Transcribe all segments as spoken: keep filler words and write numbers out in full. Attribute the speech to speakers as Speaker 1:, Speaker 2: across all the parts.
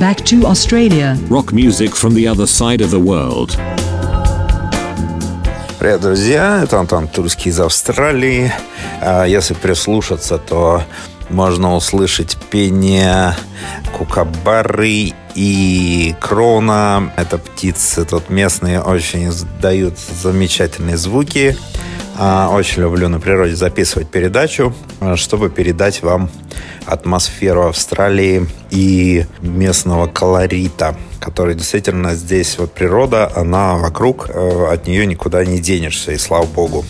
Speaker 1: back to Australia.
Speaker 2: Rock music from the other side of the world.
Speaker 3: Привет, друзья! Это Антон Тульский из Австралии. Если прислушаться, то можно услышать пение кукабары и крона. Это птицы тут местные очень издают замечательные звуки. Очень люблю на природе записывать передачу, чтобы передать вам атмосферу Австралии и местного колорита, который действительно здесь вот природа, она вокруг, от нее никуда не денешься, и слава богу.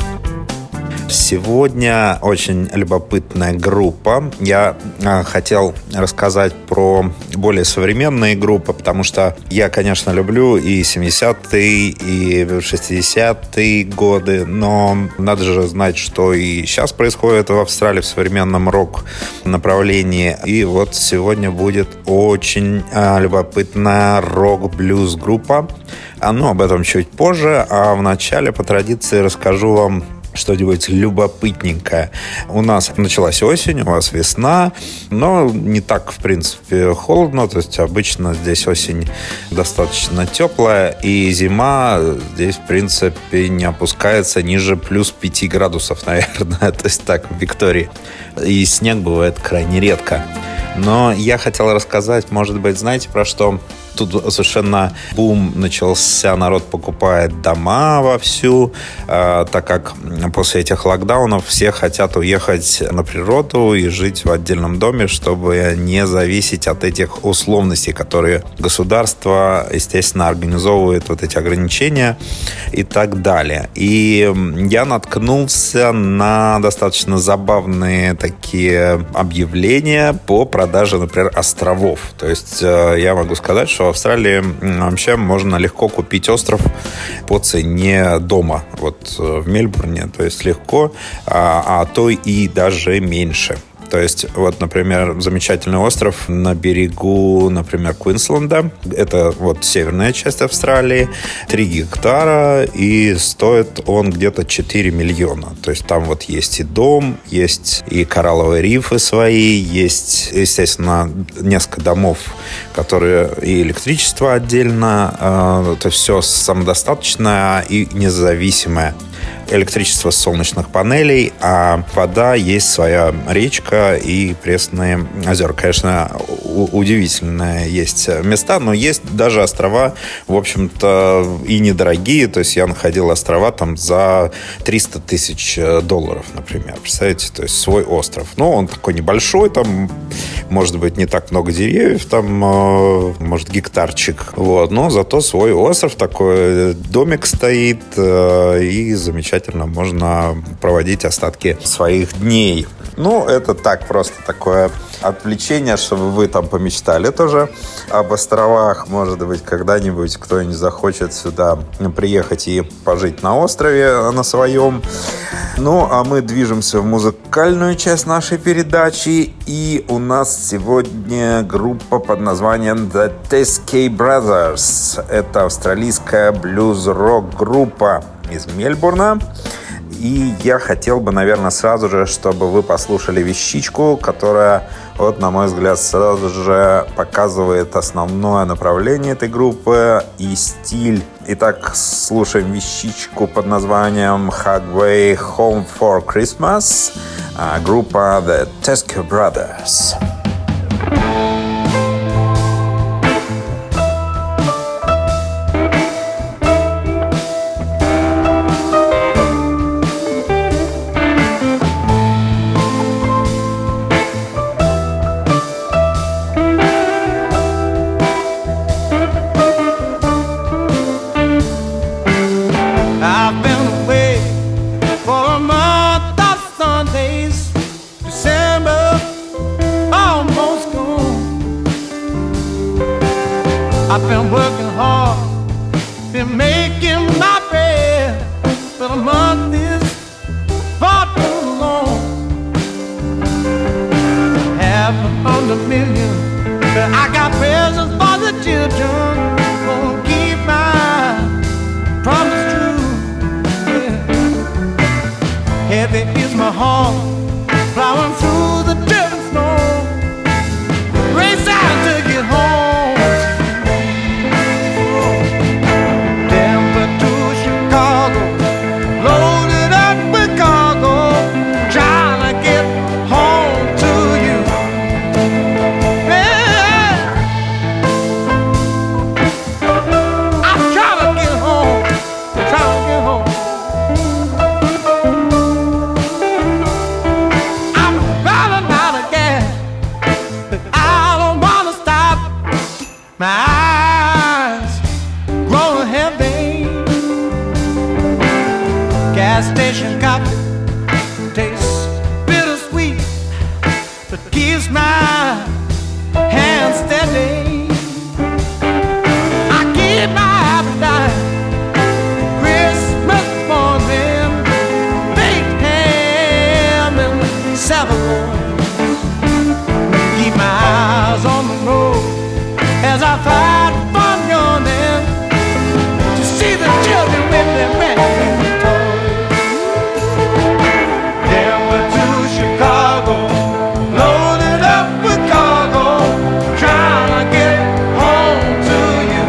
Speaker 3: Сегодня очень любопытная группа. Я э, хотел рассказать про более современные группы, потому что я, конечно, люблю и семидесятые, и шестидесятые годы, но надо же знать, что и сейчас происходит в Австралии в современном рок-направлении. И вот сегодня будет очень э, любопытная рок-блюз группа. Ну, об этом чуть позже, а в начале по традиции расскажу вам что-нибудь любопытненькое. У нас началась осень, у вас весна, но не так, в принципе, холодно. То есть обычно здесь осень достаточно теплая, и зима здесь, в принципе, не опускается ниже плюс пяти градусов, наверное. То есть так, в Виктории. И снег бывает крайне редко. Но я хотел рассказать, может быть, знаете, про что? Тут совершенно бум начался, народ покупает дома вовсю, э, так как после этих локдаунов все хотят уехать на природу и жить в отдельном доме, чтобы не зависеть от этих условностей, которые государство, естественно, организовывает, вот эти ограничения и так далее. И я наткнулся на достаточно забавные такие объявления по продаже, например, островов. То есть э, я могу сказать, что в Австралии вообще можно легко купить остров по цене дома. Вот в Мельбурне, то есть легко, а, а то и даже меньше. То есть, вот, например, замечательный остров на берегу, например, Квинсленда. Это вот северная часть Австралии. три гектара, и стоит он где-то четыре миллиона. То есть, там вот есть и дом, есть и коралловые рифы свои, есть, естественно, несколько домов, которые и электричество отдельно. Э, это все самодостаточное и независимое. Электричество с солнечных панелей, а вода есть своя речка и пресные озера. Конечно, удивительные есть места, но есть даже острова, в общем-то, и недорогие. То есть я находил острова там за триста тысяч долларов, например. Представляете? То есть свой остров. Ну, он такой небольшой, там, может быть, не так много деревьев, там, может, гектарчик. Вот. Но зато свой остров, такой домик стоит, и замечательно можно проводить остатки своих дней. Ну, это так, просто такое отвлечение, чтобы вы там помечтали тоже об островах. Может быть, когда-нибудь кто-нибудь захочет сюда приехать и пожить на острове на своем. Ну, а мы движемся в музыкальную часть нашей передачи. И у нас сегодня группа под названием The Teskey Brothers. Это австралийская блюз-рок группа из Мельбурна. И я хотел бы, наверное, сразу же, чтобы вы послушали вещичку, которая, вот, на мой взгляд, сразу же показывает основное направление этой группы и стиль. Итак, слушаем вещичку под названием Hagway Home for Christmas. Группа The Teskey Brothers.
Speaker 4: I've been working hard, been making my bread, but a month is far too long. Half a hundred million, but I got presents for the children. Gonna keep my promise true. Yeah. Heavy is my heart, plowing through the driven snow. Race out to get home. my eyes grow heavy. Gas station coffee tastes bittersweet, but keeps my hand steady. I keep my appetite. Christmas morning, baked ham and savoy. Keep my eyes on the road as I fight for yawning to see the children with their brand new toys. Denver to Chicago, loaded up with cargo, trying to get home to you.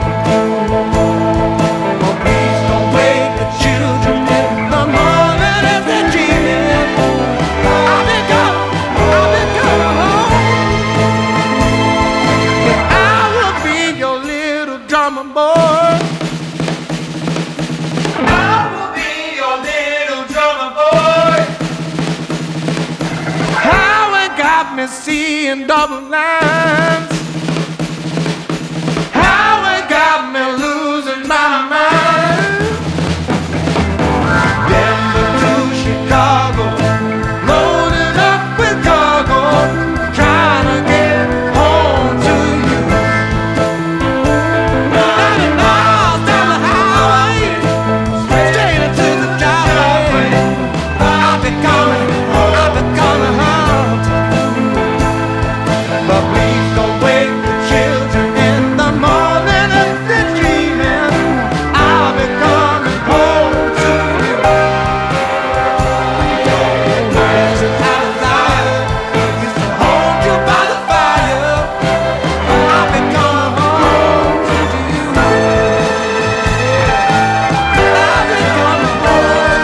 Speaker 4: Oh, please don't wake the children in the morning if they're dreaming. I've been gone, I've been gone home. I will be your little drummer boy. I will be your little drummer boy. How it got me seeing double lines. How it got me losing my mind. Denver to Chicago, loaded up with cargo, trying to get home to you. ninety miles down the highway, straight into the driveway. I'll be coming, I'll be coming home. But please don't wake the children in the morning if they're dreaming. I'll be coming home to you. As an outsider, used to hold you by the fire. I'll be coming home to you. I'll be coming home.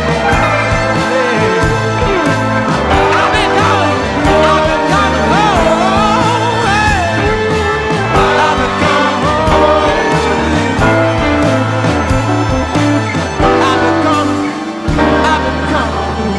Speaker 4: I'll be coming, I'll be coming home. I'll be coming home to you. I'll be coming, I'll be coming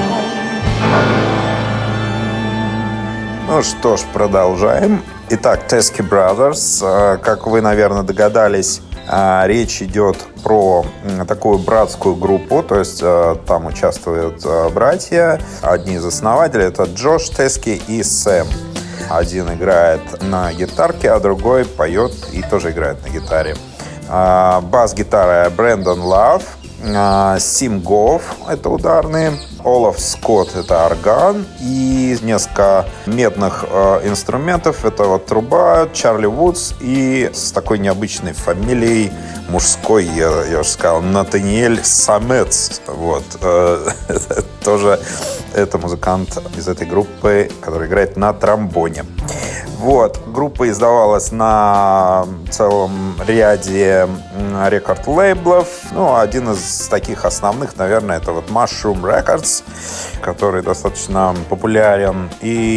Speaker 4: home.
Speaker 3: Ну что ж, продолжаем. Итак, Teskey Brothers. Э, Как вы, наверное, догадались, э, речь идет про м, такую братскую группу. То есть э, там участвуют э, братья. Одни из основателей — это Джош Тески и Сэм. Один играет на гитарке, а другой поет и тоже играет на гитаре. А, Бас-гитара Брэндон Лав. а, Сим Гофф — это ударные. Олаф Скотт — это орган. И несколько медных э, инструментов — это вот труба, Чарли Вудс и с такой необычной фамилией мужской, я, я уже сказал, Натаниэль Самец. Вот. Э, тоже это музыкант из этой группы, который играет на тромбоне. Вот. Группа издавалась на целом ряде рекорд-лейблов. Ну, один из таких основных, наверное, это вот Mushroom Records, который достаточно популярен,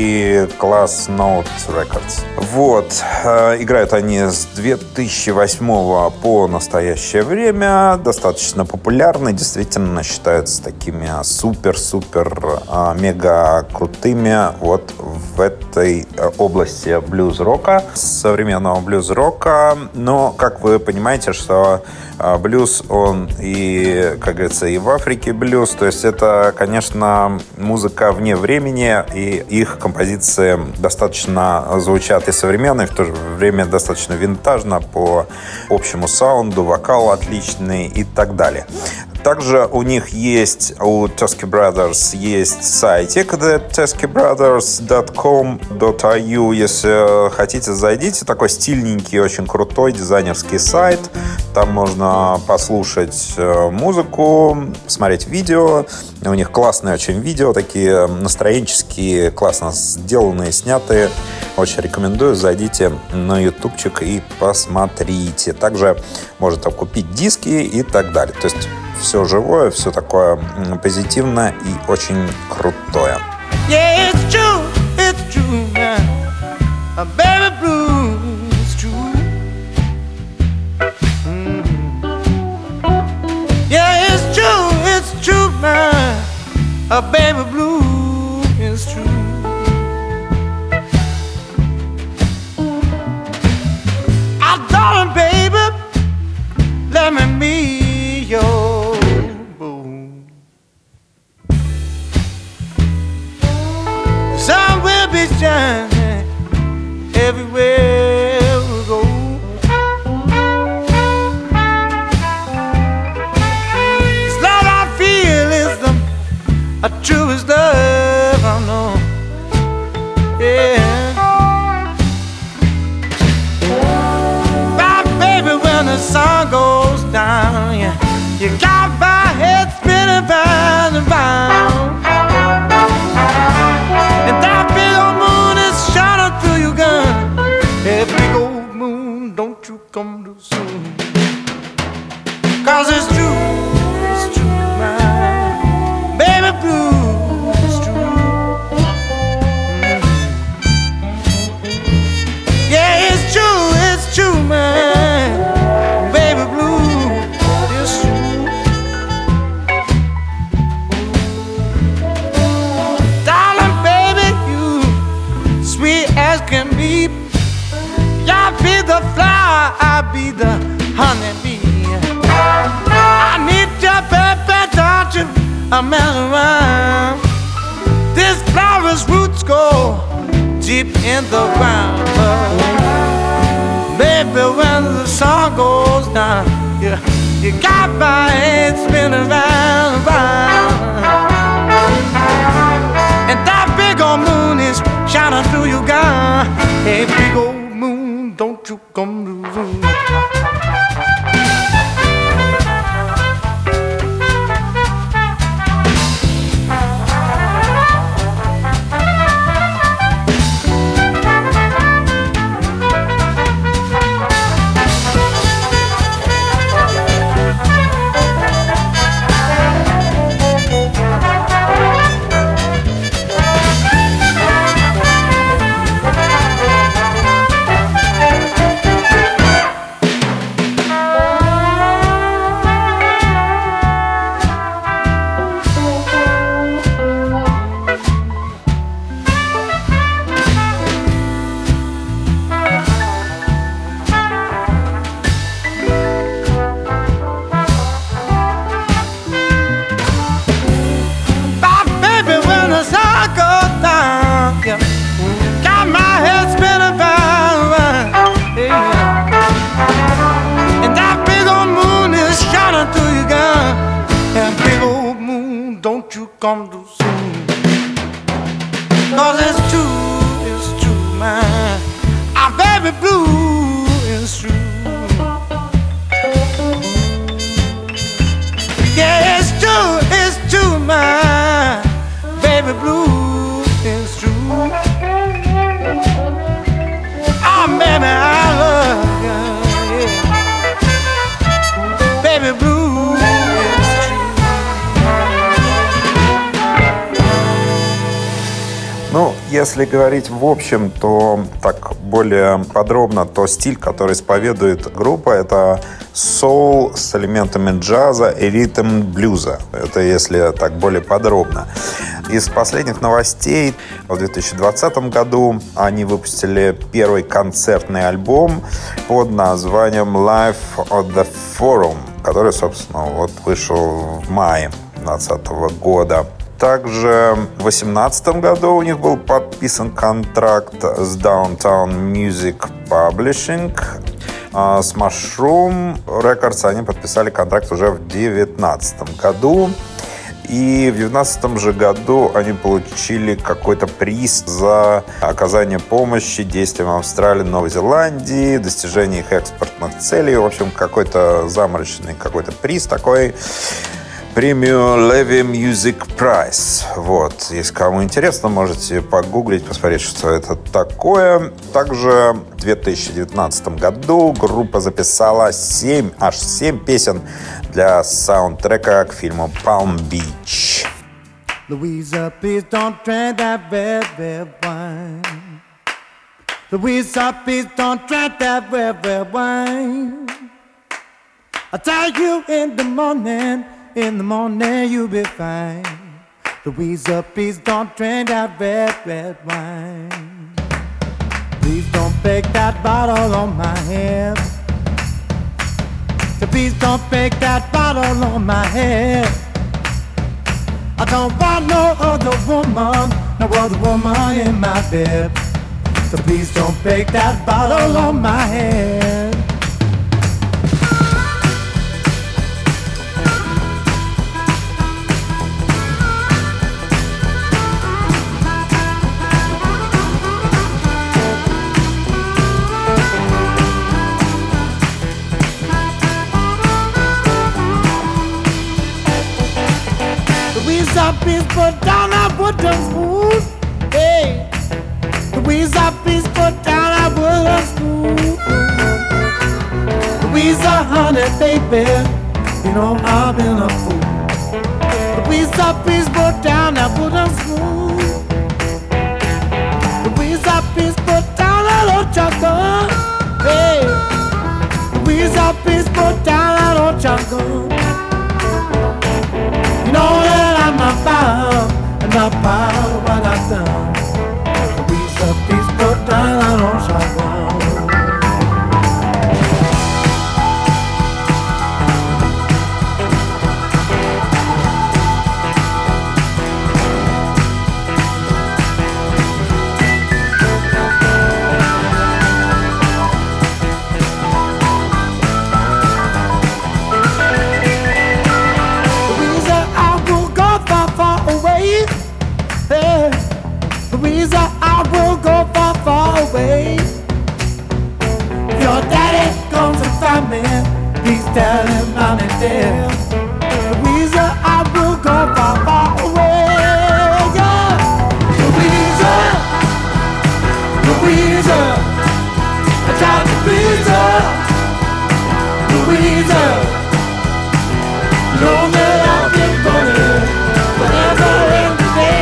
Speaker 3: и Class Note Records. Вот. Играют они с две тысячи восьмого по настоящее время. Достаточно популярны. Действительно считаются такими супер-супер мега крутыми вот в этой области блюз-рока, современного блюз-рока. Но, как вы понимаете, что блюз, он и, как говорится, и в Африке блюз. То есть это, конечно, музыка вне времени, и их композиции достаточно звучат и современно, и в то же время достаточно винтажно по общему саунду, вокал отличный и так далее. Также у них есть, у Teskey Brothers есть сайтик teskey brothers dot com dot i u. Если хотите, зайдите. Такой стильненький, очень крутой дизайнерский сайт. Там можно послушать музыку, посмотреть видео. У них классные очень видео, такие настроенческие, классно сделанные, снятые. Очень рекомендую. Зайдите на ютубчик и посмотрите. Также можно купить диски и так далее. То есть все живое, все такое позитивное и очень крутое.
Speaker 4: Yeah, it's true, it's true, man. A baby blue is true. Mm-hmm. Yeah, it's true, it's true, man. A baby blue is true. you come too soon. Cause it's true, it's true, my baby blue, it's true. Mm. Yeah, it's true, it's true, man, baby blue, it's true. Darling, baby, you sweet as can be. Y'all be the flower, I'll be the honeybee. I need your baby, don't you mess around. This flower's roots go deep in the ground. Baby, when the sun goes down, you, you got my head spinning round and round. And that big old moon is shining through your gown. Hey, big old moon, don't you come to room. Come too soon. Cause it's true, it's true, man. Our baby blue is true. Yeah, it's true, it's true, man. Baby blue is true. Oh, baby, I love you, yeah. Baby blue.
Speaker 3: Ну, если говорить в общем, то так более подробно, то стиль, который исповедует группа, это соул с элементами джаза и ритм блюза. Это если так более подробно. Из последних новостей в две тысячи двадцатом году они выпустили первый концертный альбом под названием Live at the Forum, который, собственно, вот вышел в мае две тысячи двадцатого года. Также в две тысячи восемнадцатом году у них был подписан контракт с Downtown Music Publishing. С Mushroom Records они подписали контракт уже в две тысячи девятнадцатом году. И в две тысячи девятнадцатом же году они получили какой-то приз за оказание помощи действиям Австралии, Новой Зеландии, достижение их экспортных целей. В общем, какой-то заморочный какой-то приз такой. Премию Levy Music Prize. Вот. Если кому интересно, можете погуглить, посмотреть, что это такое. Также в две тысячи девятнадцатом году группа записала семь, аж семь песен для саундтрека к фильму Palm Beach.
Speaker 4: Louisa, please don't drink that red, red wine. Louisa, please don't drink that red, red wine. I'll tell you in the morning. In the morning you'll be fine. Louisa, please don't drink that red, red wine. Please don't break that bottle on my head. So please don't break that bottle on my head. I don't want no other woman, no other woman in my bed. So please don't break that bottle on my head. Please put down that wooden spoon. Hey, Louisa, please put down that wooden spoon. Louisa, honey, baby, you know I've been a fool. Louisa, please put down that wooden spoon. Louisa, please put down that old shotgun. Hey, Louisa, please put down that old shotgun. You know that I'm not proud, and not proud of what I've done. Louisa, please put down that old shotgun. Louisa, I will go far, far away. If your daddy comes to find me, please tell him I'm in there. Louisa, I will go far, far away. Yeah. Louisa, Louisa, I tried to please her. Louisa, know that I've been running forever and a day.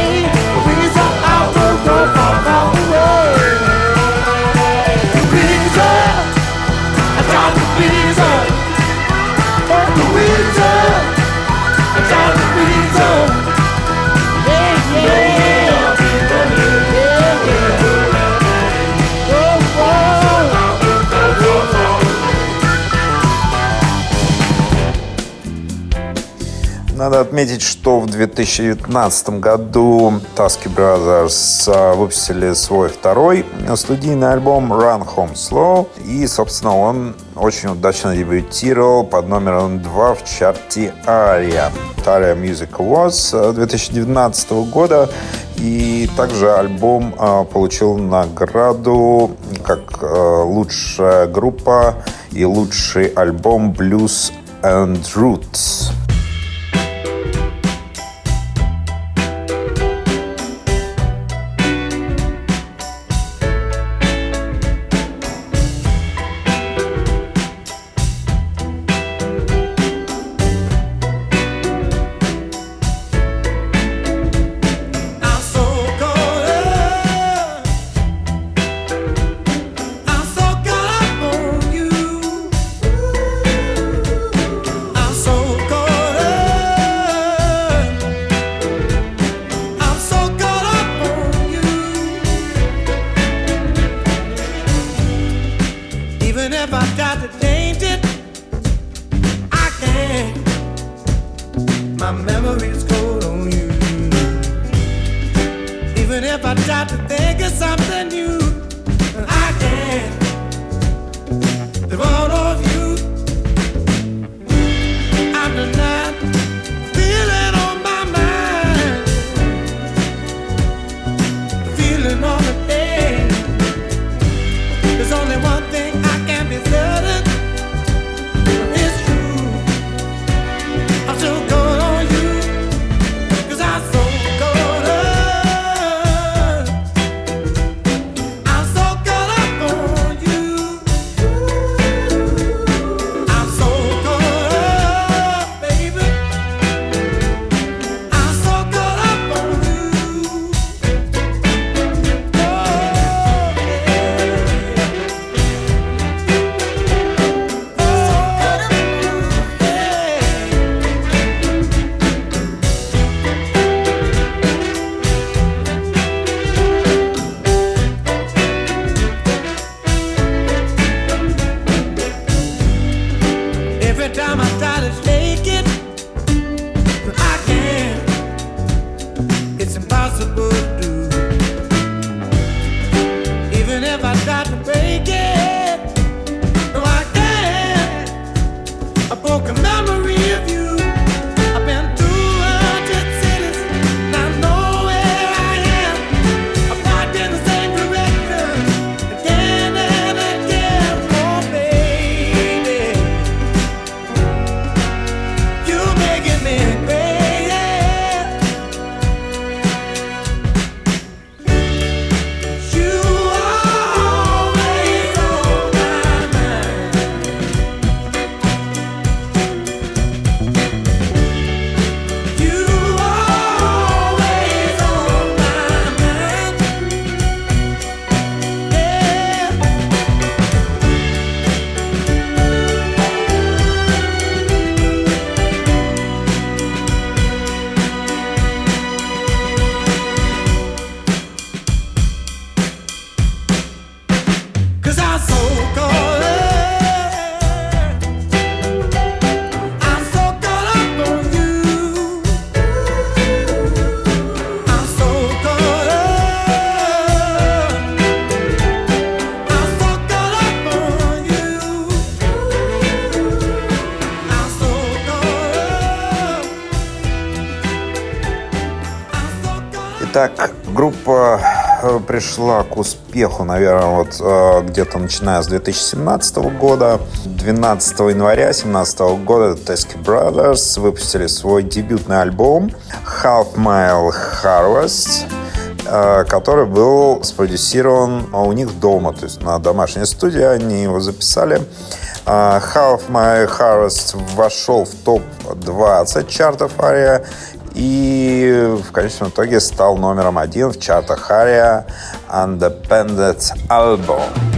Speaker 3: Надо отметить, что в две тысячи девятнадцатом году Tusky Brothers выпустили свой второй студийный альбом Run Home Slow. И, собственно, он очень удачно дебютировал под номером два в чарте Aria. Aria Music Awards две тысячи девятнадцатого года. И также альбом получил награду как лучшая группа и лучший альбом Blues and Roots. пришла к успеху, наверное, вот э, где-то начиная с две тысячи семнадцатого года. двенадцатого января две тысячи семнадцатого года Teskey Brothers выпустили свой дебютный альбом Half Mile Harvest, э, который был спродюсирован у них дома, то есть на домашней студии они его записали. Uh, Half My Harvest вошел в топ двадцать чартов ARIA и в конечном итоге стал номером один в чартах ARIA Independent Album.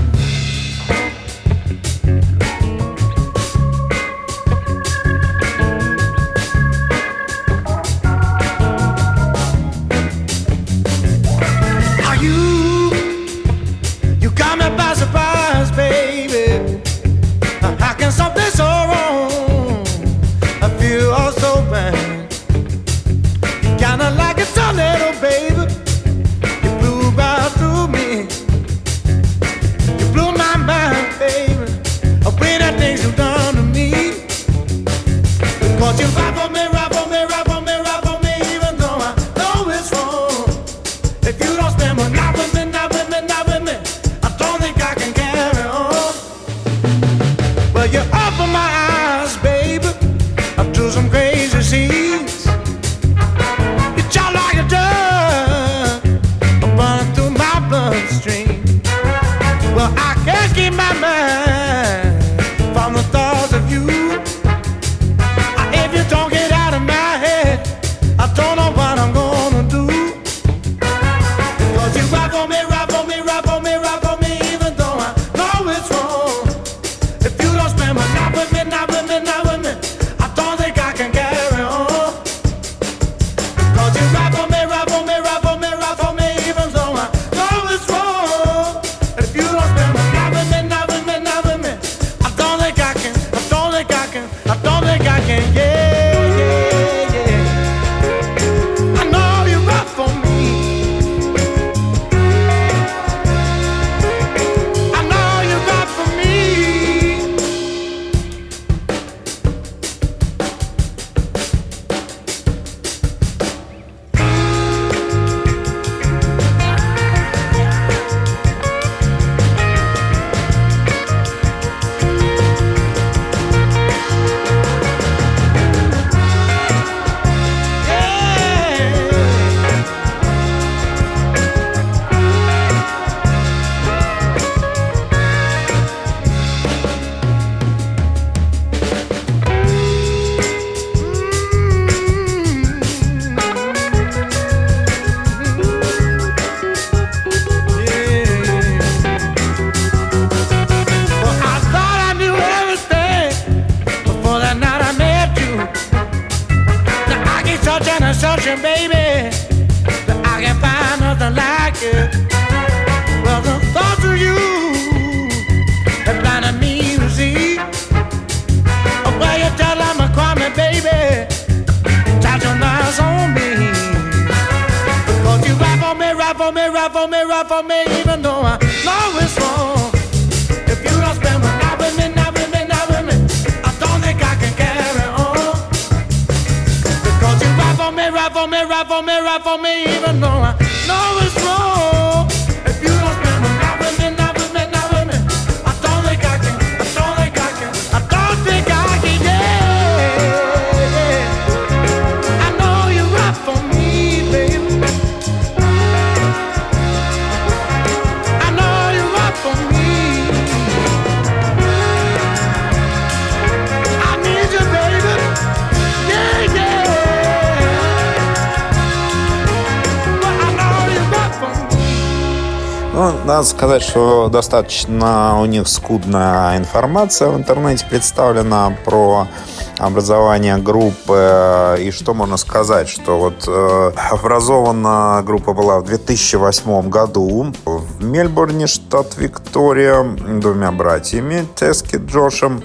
Speaker 3: Ну, надо сказать, что достаточно у них скудная информация в интернете представлена про образование группы. И что можно сказать, что вот э, образована группа была в две тысячи восьмом году в Мельбурне, штат Виктория, двумя братьями Тески, Джошем.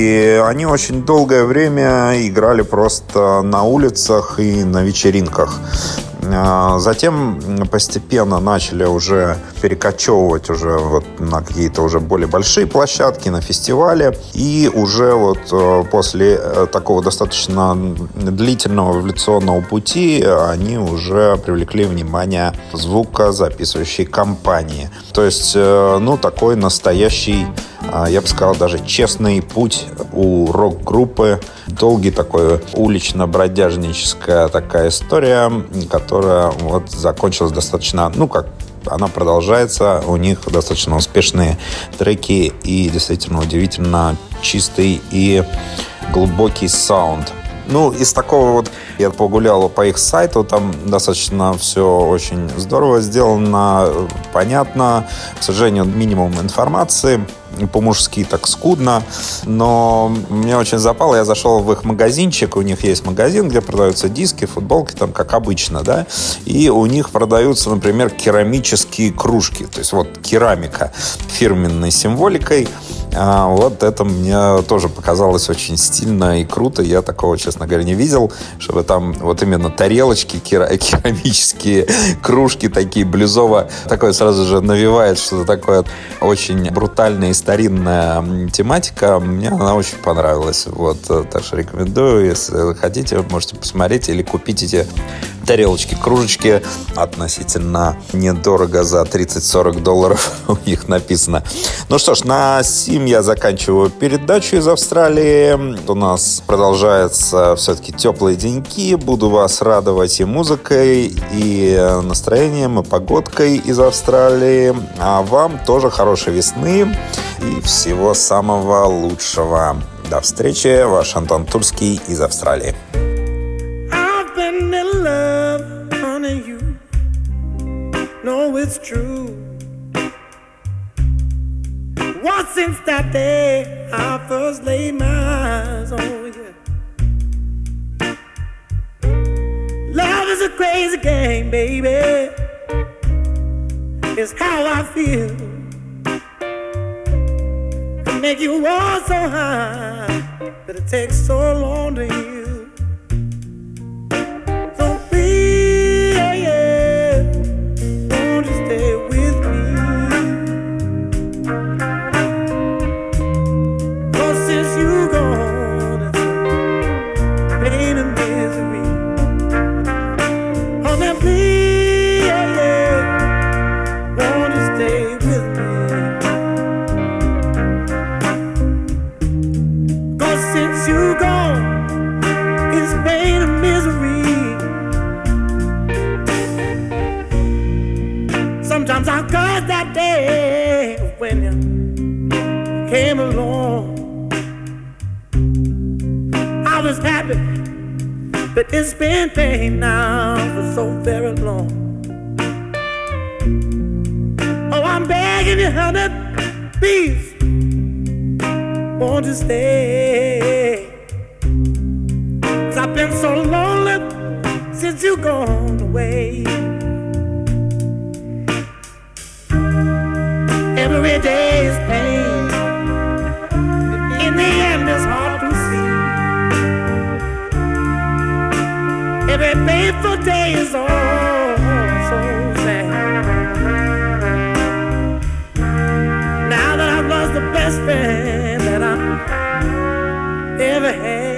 Speaker 3: И они очень долгое время играли просто на улицах и на вечеринках. Затем постепенно начали уже перекочевывать уже вот на какие-то уже более большие площадки, на фестивали. И уже вот после такого достаточно длительного эволюционного пути они уже привлекли внимание звукозаписывающей компании. То есть, ну, такой настоящий, я бы сказал, даже честный путь у рок-группы. Долгий такой улично-бродяжническая такая история, которая вот закончилась достаточно, ну, как она продолжается. У них достаточно успешные треки и действительно удивительно чистый и глубокий саунд. Ну, из такого вот я погулял по их сайту, там достаточно все очень здорово сделано, понятно. К сожалению, минимум информации, по-мужски так скудно, но мне очень запало, я зашел в их магазинчик, у них есть магазин, где продаются диски, футболки, там как обычно, да, и у них продаются, например, керамические кружки, то есть вот керамика фирменной символикой. А вот это мне тоже показалось очень стильно и круто. Я такого, честно говоря, не видел, чтобы там вот именно тарелочки, керамические кружки такие блюзово. Такое сразу же навевает что-то такое очень брутальная и старинная тематика. Мне она очень понравилась. Вот, так что рекомендую, если хотите, можете посмотреть или купить эти тарелочки, кружечки относительно недорого, за тридцать-сорок долларов у них написано. Ну что ж, на сим я заканчиваю передачу из Австралии. У нас продолжаются все-таки теплые деньки. Буду вас радовать и музыкой, и настроением, и погодкой из Австралии. А вам тоже хорошей весны и всего самого лучшего. До встречи. Ваш Антон Тульский из Австралии.
Speaker 4: No, it's true. What since that day I first laid my eyes on you. Love is a crazy game, baby. It's how I feel. To make you want so high, but it takes so long to heal. Sometimes I curse that day when you came along. I was happy, but it's been pain now for so very long. Oh, I'm begging you, honey, please, won't you stay? 'Cause I've been so lonely since you gone away. Every day is pain. In the end, it's hard to see. Every painful day is all so sad. Now that I've lost the best friend that I ever had.